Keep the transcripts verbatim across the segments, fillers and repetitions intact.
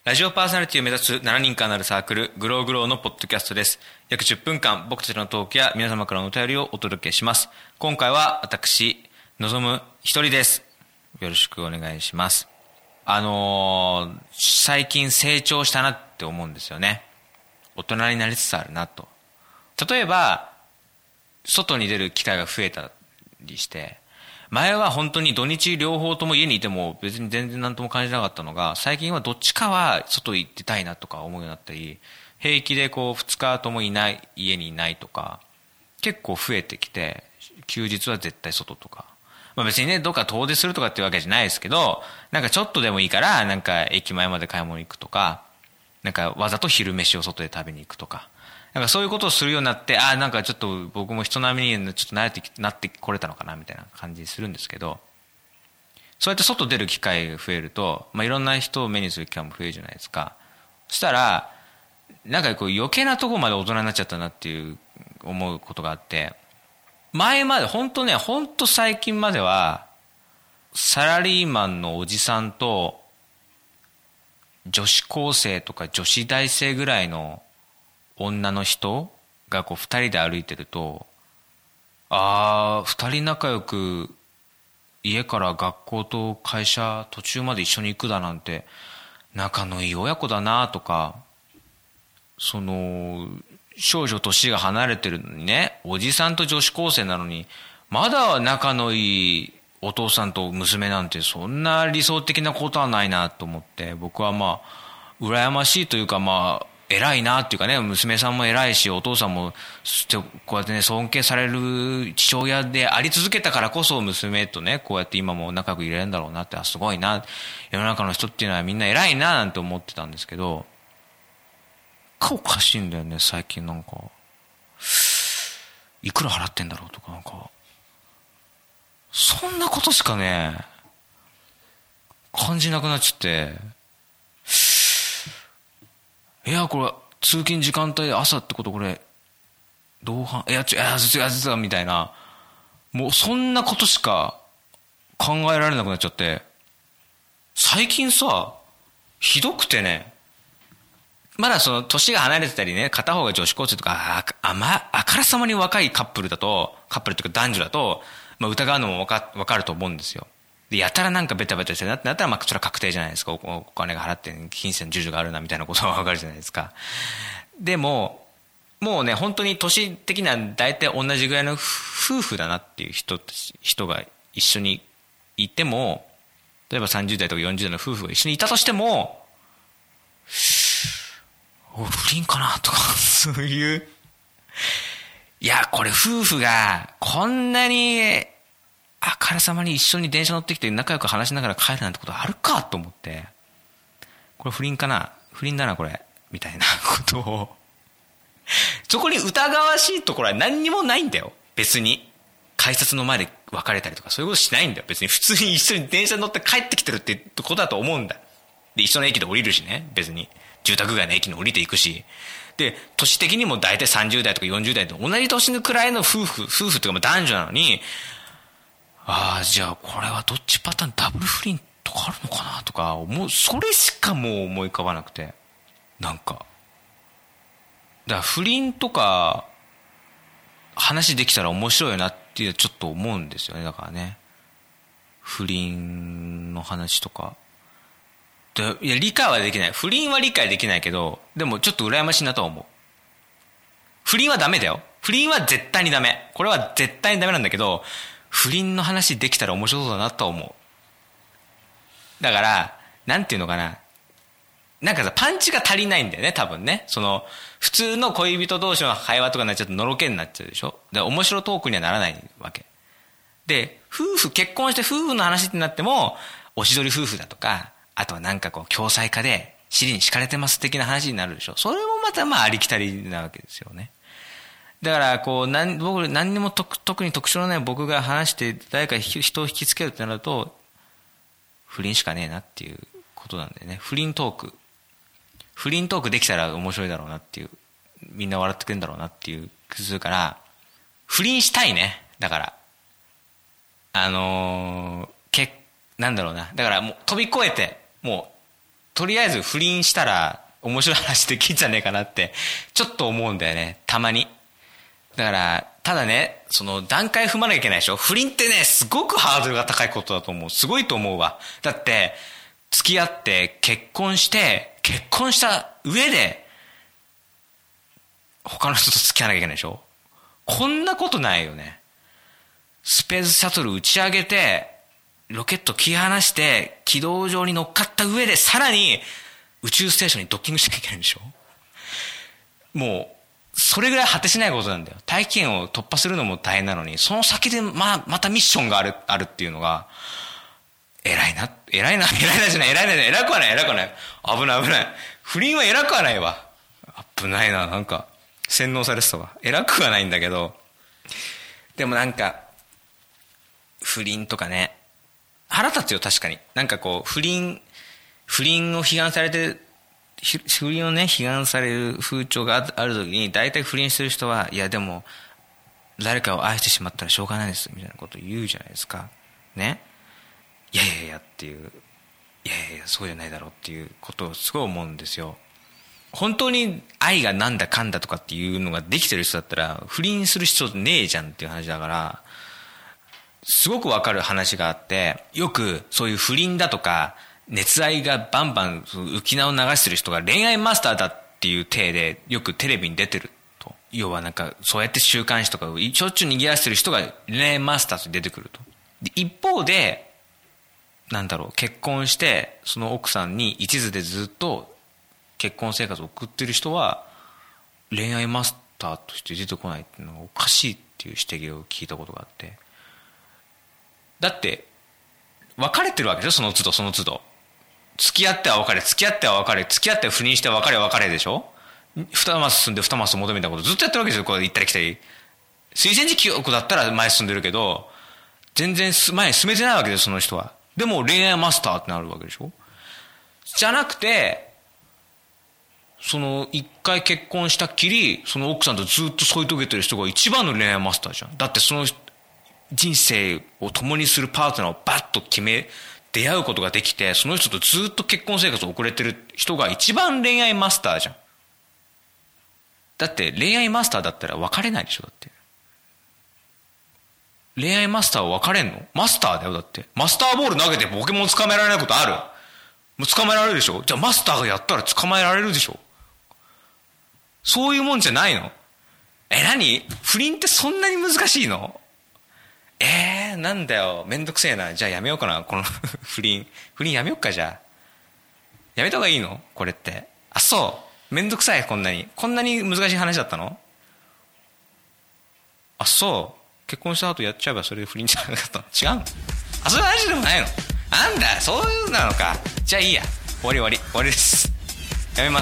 ラジオパーソナリティを目指すしちにんからなるサークル、グローグローのポッドキャストです。約じゅっぷんかん、僕たちのトークや皆様からのお便りをお届けします。今回は私、望む一人です。よろしくお願いします。あのー、最近成長したなって思うんですよね。大人になりつつあるなと。例えば、外に出る機会が増えたりして、前は本当に土日両方とも家にいても別に全然何とも感じなかったのが、最近はどっちかは外行ってたいなとか思うようになったり、平気でこうふつかともいない、家にいないとか結構増えてきて、休日は絶対外とか、まあ別にねどっか遠出するとかっていうわけじゃないですけど、なんかちょっとでもいいからなんか駅前まで買い物行くとか、なんかわざと昼飯を外で食べに行くとか、なんかそういうことをするようになって、ああなんかちょっと僕も人並みにちょっと慣れてなってこれたのかなみたいな感じするんですけど、そうやって外出る機会が増えると、まあ、いろんな人を目にする機会も増えるじゃないですか。そしたらなんかこう余計なところまで大人になっちゃったなっていう思うことがあって、前まで本当ね本当最近まではサラリーマンのおじさんと女子高生とか女子大生ぐらいの女の人がこうふたりで歩いてると、ああふたり仲良く家から学校と会社途中まで一緒に行くだなんて仲のいい親子だなとか、その少女年が離れてるのにね、おじさんと女子高生なのにまだ仲のいいお父さんと娘なんて、そんな理想的なことはないなと思って、僕はまあ羨ましいというか、まあ偉いなっていうかね、娘さんも偉いしお父さんもこうやってね尊敬される父親であり続けたからこそ、娘とねこうやって今も仲良くいられるんだろうなって、あすごいな、世の中の人っていうのはみんな偉いななんて思ってたんですけど、おかしいんだよね最近。なんかいくら払ってんだろうとか、なんかそんなことしかね感じなくなっちゃって、いやこれ通勤時間帯朝ってこと、これ同伴いやちょいや実は実はみたいな、もうそんなことしか考えられなくなっちゃって、最近さひどくてね、まだその年が離れてたりね、片方が女子高生とか あ, あ, まあからさまに若いカップルだと、カップルというか男女だと、まあ、疑うのも分 か, 分かると思うんですよ。でやたらなんかベタベタしてるなってなったら、まあそれは確定じゃないですか。 お, お金が払って金銭授受があるなみたいなことは分かるじゃないですか。でももうね本当に年的には大体同じぐらいの夫婦だなっていう 人, 人が一緒にいても、例えばさんじゅう代とかよんじゅう代の夫婦が一緒にいたとしても、お不倫かなとかそういう、いやこれ夫婦がこんなにあからさまに一緒に電車乗ってきて仲良く話しながら帰るなんてことあるかと思って、これ不倫かな、不倫だなこれみたいなことをそこに疑わしいところは何にもないんだよ別に。改札の前で別れたりとかそういうことしないんだよ別に。普通に一緒に電車に乗って帰ってきてるってことだと思うんだ。で一緒の駅で降りるしね、別に住宅街の駅に降りていくし、で年的にも大体さんじゅう代とかよんじゅう代と同じ年のくらいの夫婦夫婦というか男女なのに、ああじゃあこれはどっちパターン、ダブル不倫とかあるのかなとか思う。それしかもう思い浮かばなくて、なんかだから不倫とか話できたら面白いなっていうちょっと思うんですよね。だからね不倫の話とかで、いや理解はできない、不倫は理解できないけど、でもちょっと羨ましいなとは思う。不倫はダメだよ、不倫は絶対にダメ、これは絶対にダメなんだけど、不倫の話できたら面白そうだなとは思う。だからなんていうのかな、なんかさパンチが足りないんだよね多分ね。その普通の恋人同士の会話とかになっちゃうとのろけになっちゃうでしょ。で面白トークにはならないわけで、夫婦結婚して夫婦の話ってなってもおしどり夫婦だとか、あとはなんかこう共済化で尻に敷かれてます的な話になるでしょ。それもまたまあありきたりなわけですよね。だからこう何僕何にも特特に特徴のない僕が話して誰か人を引きつけるってなると不倫しかねえなっていうことなんでね。不倫トーク不倫トークできたら面白いだろうなっていう、みんな笑ってくれるんだろうなっていう気するから、不倫したいね。だからあのー、けなんだろうな、だからもう飛び越えてもとりあえず不倫したら面白い話できんじゃねえかなってちょっと思うんだよね、たまに。だからただね、その段階踏まなきゃいけないでしょ。不倫ってね、すごくハードルが高いことだと思う。すごいと思うわ。だって付き合って結婚して結婚した上で他の人と付き合わなきゃいけないでしょ。こんなことないよね。スペースシャトル打ち上げてロケット切り離して軌道上に乗っかった上でさらに宇宙ステーションにドッキングしなきゃいけないんでしょ。もうそれぐらい果てしないことなんだよ。大気圏を突破するのも大変なのに、その先でままたミッションがあるあるっていうのが偉いな偉いな偉いなじゃない偉いなじゃない偉くはない偉くはない。危ない危ない。不倫は偉くはないわ。危ないな。なんか洗脳されてたわ。偉くはないんだけど、でもなんか不倫とかね、腹立つよ。確かになんかこう不倫不倫を批判されて不倫をね批判される風潮がある時に、大体不倫してる人は、いやでも誰かを愛してしまったらしょうがないですみたいなことを言うじゃないですかね。いやいやいやっていう、いやいやいやそうじゃないだろうっていうことをすごい思うんですよ。本当に愛がなんだかんだとかっていうのができてる人だったら不倫する必要ねえじゃんっていう話だから、すごくわかる話があって、よくそういう不倫だとか熱愛がバンバン浮き名を流してる人が恋愛マスターだっていう体でよくテレビに出てると。要はなんかそうやって週刊誌とかしょっちゅう賑わしてる人が恋愛マスターと出てくると。で一方でなんだろう、結婚してその奥さんに一途でずっと結婚生活を送ってる人は恋愛マスターとして出てこないっていうのがおかしいっていう指摘を聞いたことがあって、だって別れてるわけでしょ、その都度その都度。付き合っては別れ、付き合っては別れ、付き合っては不倫しては別れ別れでしょ。二マス進んで二マス求めたことずっとやってるわけですよ。こう行ったり来たり。水前寺記憶だったら前進んでるけど全然前に進めてないわけですその人は。でも恋愛マスターってなるわけでしょ。じゃなくて、その一回結婚したっきりその奥さんとずっと添い遂げてる人が一番の恋愛マスターじゃん。だってその人生を共にするパートナーをバッと決め出会うことができて、その人とずっと結婚生活を送れてる人が一番恋愛マスターじゃん。だって恋愛マスターだったら別れないでしょ。だって恋愛マスターは別れんの？マスターだよ。だってマスターボール投げてポケモン捕まえられないことある？もう捕まえられるでしょ。じゃあマスターがやったら捕まえられるでしょ。そういうもんじゃないの？え、何？不倫ってそんなに難しいの？えー、なんだよ、めんどくせえな。じゃあやめようかな、この不倫。不倫やめようか、じゃあ。やめた方がいいの？これって。あ、そう。めんどくさい、こんなに。こんなに難しい話だったの？あ、そう。結婚した後やっちゃえばそれで不倫じゃなかったの？違うの？あ、そういう話でもないの？なんだ、そういうなのか。じゃあいいや。終わり終わり。終わりです。やめます。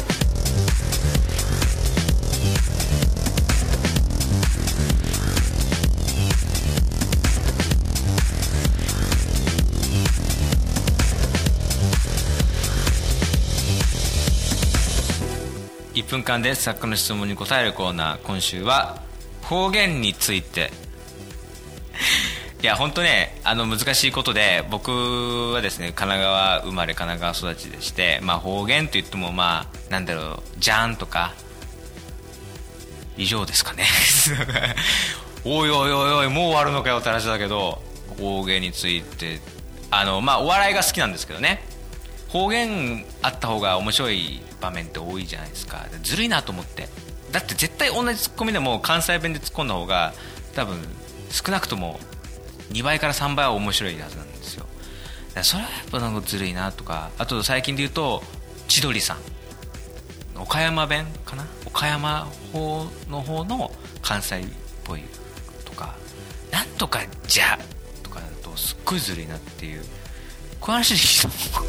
いっぷんかんで作家の質問に答えるコーナー。今週は方言についていや本当ね、あの難しいことで、僕はですね神奈川生まれ神奈川育ちでして、まあ、方言といってもまあなんだろう、じゃんとか以上ですかねおいおいおいおいもう終わるのかよって話だけど、方言についてあの、まあ、お笑いが好きなんですけどね、方言あった方が面白い場面って多いじゃないですか。ずるいなと思って。だって絶対同じツッコミでも関西弁で突っ込んだ方が多分少なくともにばいからさんばいは面白いはずなんですよ。だからそれはやっぱなんかずるいなとか、あと最近で言うと千鳥さん、岡山弁かな、岡山方の方の関西っぽいとか、なんとかじゃとかだとすっごいずるいなっていう、こういう話でいいと思う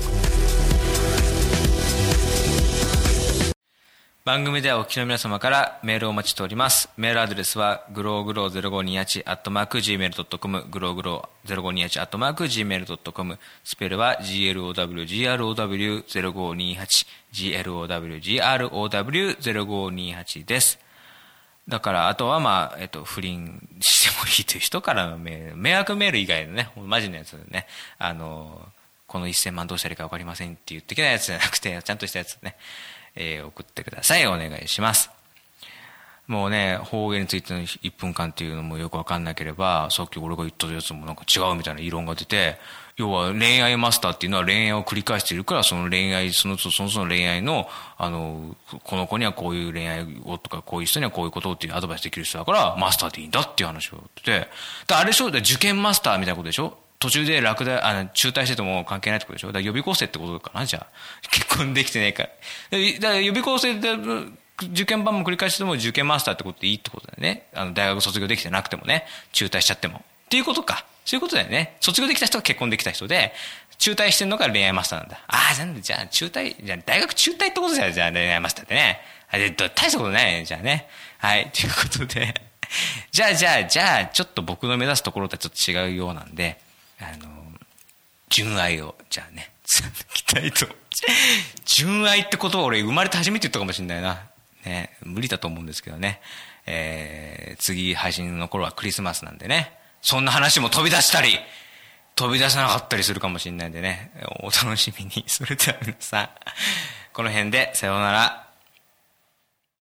番組ではお聞きの皆様からメールをお待ちしております。メールアドレスはグローグローゼロごにーはちアットマーク ジーメールドットコム、グローグローゼロごにーはちアットマーク ジーメールドットコム、スペルは ジーエルオーダブリュージーアールオーダブリューゼロごにーはち ジーエルオーダブリュージーアールオーダブリューゼロごにーはち です。だからあとはまあ、えっと、不倫してもいいという人からのメール、迷惑メール以外のねマジのやつでね、あのこのせんまんどうしたらいいか分かりませんって言ってきたやつじゃなくて、ちゃんとしたやつね、えー、送ってください。お願いします。もうね、方言についてのいっぷんかんっていうのもよく分かんなければ、さっき俺が言ったやつもなんか違うみたいな異論が出て、要は恋愛マスターっていうのは恋愛を繰り返しているから、その恋愛、そのそのその恋愛の、あの、この子にはこういう恋愛をとか、こういう人にはこういうことっていうアドバイスできる人だから、マスターでいいんだっていう話を言ってて、であれでしょ、受験マスターみたいなことでしょ、途中で落第、あの、中退してても関係ないってことでしょ、だから予備校生ってことかな、じゃあ。結婚できてねえから。だから予備校生で、受験番も繰り返しても受験マスターってことでいいってことだよね。あの、大学卒業できてなくてもね、中退しちゃっても。っていうことか。そういうことだよね。卒業できた人が結婚できた人で、中退してるのが恋愛マスターなんだ。ああ、なんで、じゃあ中退、じゃあ大学中退ってことじゃん、じゃあ恋愛マスターってね。あれ、大したことないね、じゃあね。はい、ということで。じゃあ、じゃあ、じゃあ、ちょっと僕の目指すところとはちょっと違うようなんで、あの、純愛を、じゃあね、貫きたいと。純愛ってことを俺生まれて初めて言ったかもしれないな。ね、無理だと思うんですけどね、えー、次配信の頃はクリスマスなんでね、そんな話も飛び出したり飛び出さなかったりするかもしれないんでね、お楽しみに。それでは皆さんこの辺でさようなら。